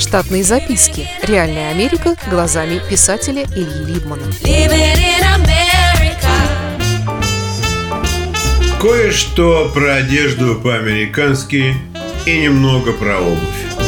Штатные записки. Реальная Америка глазами писателя Ильи Либмана. Кое-что про одежду по-американски и немного про обувь.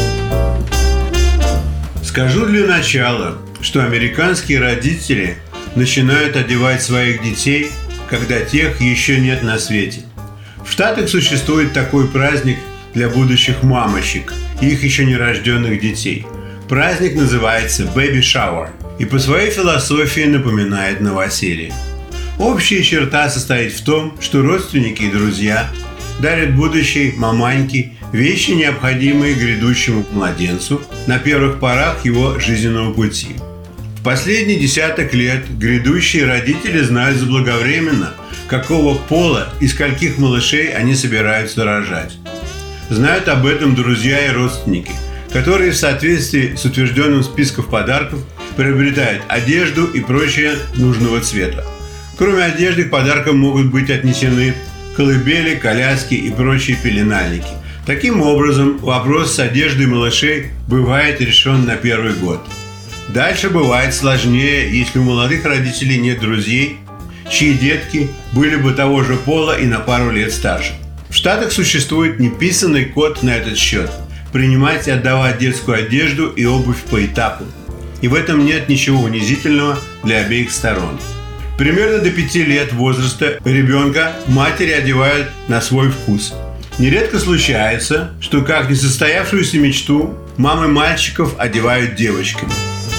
Скажу для начала, что американские родители начинают одевать своих детей, когда тех еще нет на свете. В Штатах существует такой праздник для будущих мамочек и их еще нерожденных детей. Праздник называется Baby Shower и по своей философии напоминает новоселье. Общая черта состоит в том, что родственники и друзья дарят будущей маманьке вещи, необходимые грядущему младенцу на первых порах его жизненного пути. В последние десяток лет грядущие родители знают заблаговременно, какого пола и скольких малышей они собираются рожать. Знают об этом друзья и родственники, которые в соответствии с утвержденным списком подарков приобретают одежду и прочее нужного цвета. Кроме одежды к подаркам могут быть отнесены колыбели, коляски и прочие пеленальники. Таким образом, вопрос с одеждой малышей бывает решен на первый год. Дальше бывает сложнее, если у молодых родителей нет друзей, чьи детки были бы того же пола и на пару лет старше. В Штатах существует неписанный код на этот счет – принимать и отдавать детскую одежду и обувь по этапу. И в этом нет ничего унизительного для обеих сторон. Примерно до 5 лет возраста ребенка матери одевают на свой вкус. Нередко случается, что как несостоявшуюся мечту мамы мальчиков одевают девочками.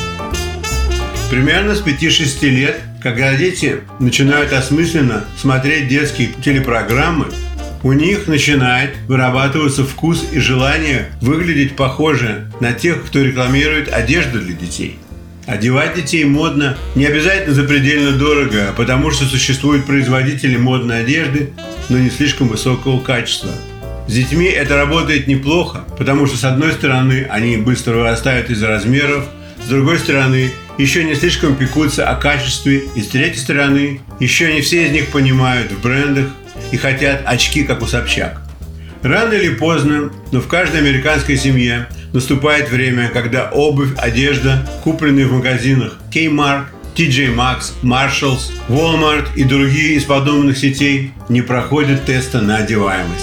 Примерно с 5-6 лет, когда дети начинают осмысленно смотреть детские телепрограммы, у них начинает вырабатываться вкус и желание выглядеть похоже на тех, кто рекламирует одежду для детей. Одевать детей модно не обязательно запредельно дорого, потому что существуют производители модной одежды, но не слишком высокого качества. С детьми это работает неплохо, потому что с одной стороны они быстро вырастают из размеров, с другой стороны еще не слишком пекутся о качестве, и с третьей стороны еще не все из них понимают в брендах и хотят очки, как у Собчак. Рано или поздно, но в каждой американской семье наступает время, когда обувь, одежда, купленные в магазинах Kmart, TJ Maxx, Marshalls, Walmart и другие из подобных сетей, не проходят теста на одеваемость.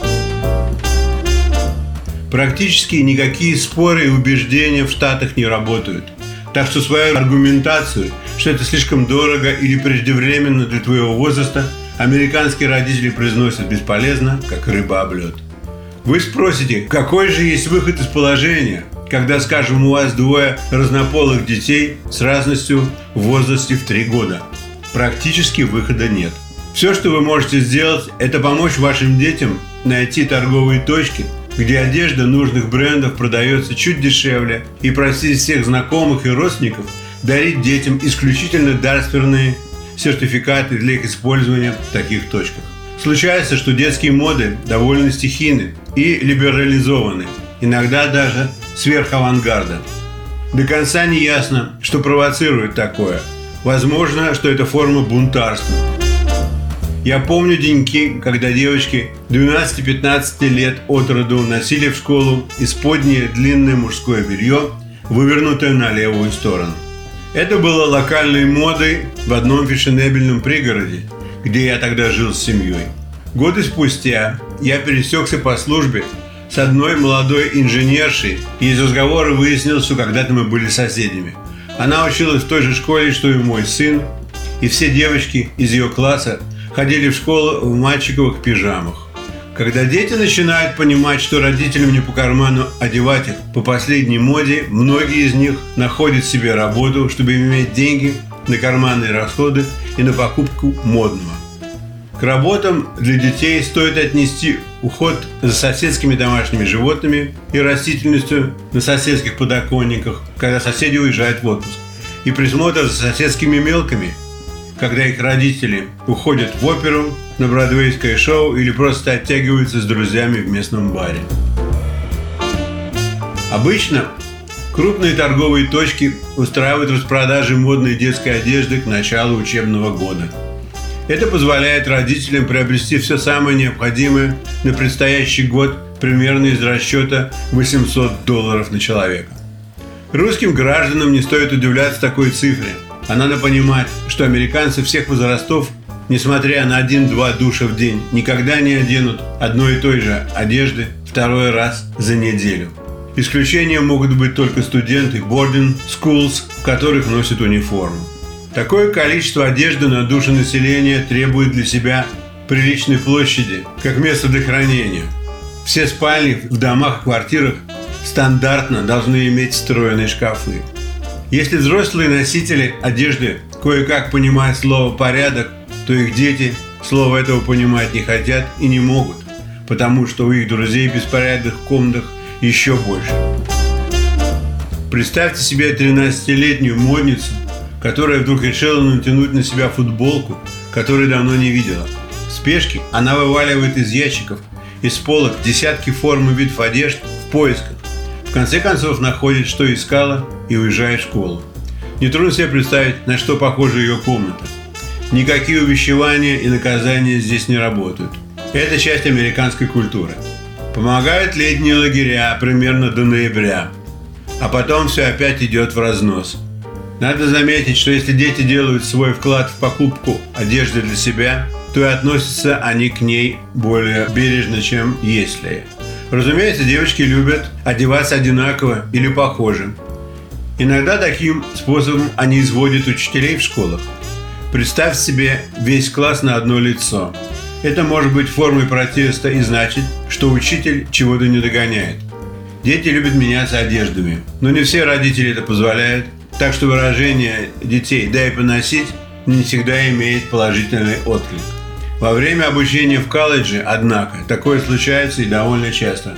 Практически никакие споры и убеждения в Штатах не работают. Так что свою аргументацию, что это слишком дорого или преждевременно для твоего возраста, американские родители произносят бесполезно, как рыба об лед. Вы спросите, какой же есть выход из положения, когда, скажем, у вас двое разнополых детей с разностью в возрасте в 3 года? Практически выхода нет. Все, что вы можете сделать, это помочь вашим детям найти торговые точки, где одежда нужных брендов продается чуть дешевле, и просить всех знакомых и родственников дарить детям исключительно дарственные сертификаты для их использования в таких точках. Случается, что детские моды довольно стихийны и либерализованы, иногда даже сверхавангарда. До конца не ясно, что провоцирует такое. Возможно, что это форма бунтарства. Я помню деньки, когда девочки 12-15 лет от роду носили в школу исподнее длинное мужское белье, вывернутое на левую сторону. Это было локальной модой в одном фешенебельном пригороде, где я тогда жил с семьей. Годы спустя я пересекся по службе с одной молодой инженершей, и из разговора выяснилось, что когда-то мы были соседями. Она училась в той же школе, что и мой сын, и все девочки из ее класса ходили в школу в мальчиковых пижамах. Когда дети начинают понимать, что родителям не по карману одевать их по последней моде, многие из них находят себе работу, чтобы иметь деньги на карманные расходы и на покупку модного. К работам для детей стоит отнести уход за соседскими домашними животными и растительностью на соседских подоконниках, когда соседи уезжают в отпуск, и присмотр за соседскими мелками, когда их родители уходят в оперу, на бродвейское шоу или просто оттягиваются с друзьями в местном баре. Обычно крупные торговые точки устраивают распродажи модной детской одежды к началу учебного года. Это позволяет родителям приобрести все самое необходимое на предстоящий год примерно из расчета $800 на человека. Русским гражданам не стоит удивляться такой цифре, а надо понимать, что американцы всех возрастов, несмотря на 1-2 душа в день, никогда не оденут одной и той же одежды второй раз за неделю. Исключением могут быть только студенты boarding schools, в которых носят униформу. Такое количество одежды на душу населения требует для себя приличной площади, как место для хранения. Все спальни в домах и квартирах стандартно должны иметь встроенные шкафы. Если взрослые носители одежды кое-как понимают слово «порядок», то их дети слова этого понимать не хотят и не могут, потому что у их друзей беспорядок в комнатах еще больше. Представьте себе 13-летнюю модницу, которая вдруг решила натянуть на себя футболку, которую давно не видела. В спешке она вываливает из ящиков, из полок десятки форм и видов одежд в поисках. В конце концов находит, что искала, и уезжает в школу. Нетрудно себе представить, на что похожа ее комната. Никакие увещевания и наказания здесь не работают. Это часть американской культуры. Помогают летние лагеря примерно до ноября, а потом все опять идет в разнос. Надо заметить, что если дети делают свой вклад в покупку одежды для себя, то и относятся они к ней более бережно, чем если. Разумеется, девочки любят одеваться одинаково или похоже. Иногда таким способом они изводят учителей в школах. Представь себе весь класс на одно лицо. Это может быть формой протеста и значит, что учитель чего-то не догоняет. Дети любят меняться одеждами, но не все родители это позволяют, так что выражение детей «дай поносить» не всегда имеет положительный отклик. Во время обучения в колледже, однако, такое случается и довольно часто.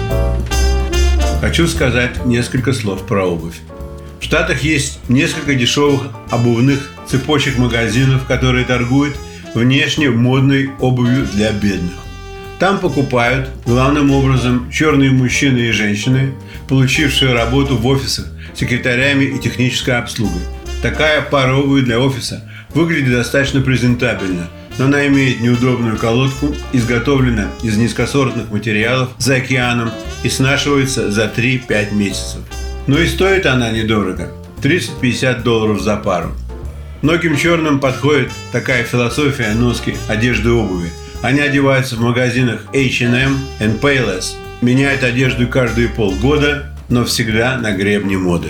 Хочу сказать несколько слов про обувь. В Штатах есть несколько дешевых обувных цепочек магазинов, которые торгуют внешне модной обувью для бедных. Там покупают, главным образом, черные мужчины и женщины, получившие работу в офисах секретарями и технической обслугой. Такая пара обуви для офиса выглядит достаточно презентабельно, но она имеет неудобную колодку, изготовлена из низкосортных материалов за океаном и снашивается за 3-5 месяцев. Но и стоит она недорого – $30-50 за пару. Многим черным подходит такая философия носки одежды и обуви. Они одеваются в магазинах H&M и Payless, меняют одежду каждые полгода, но всегда на гребне моды.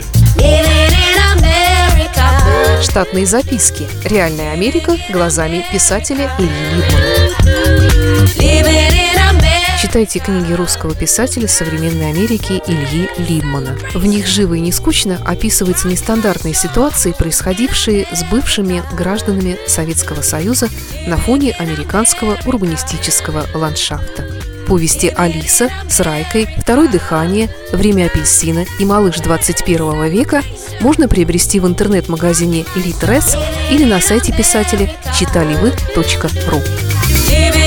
Штатные записки. Реальная Америка глазами писателя Ильи Либмана. Читайте книги русского писателя современной Америки Ильи Либмана. В них живо и не скучно описываются нестандартные ситуации, происходившие с бывшими гражданами Советского Союза на фоне американского урбанистического ландшафта. Повести «Алиса» с Райкой, «Второе дыхание», «Время апельсина» и «Малыш 21 века» можно приобрести в интернет-магазине Litres или на сайте писателя читаливы.ру.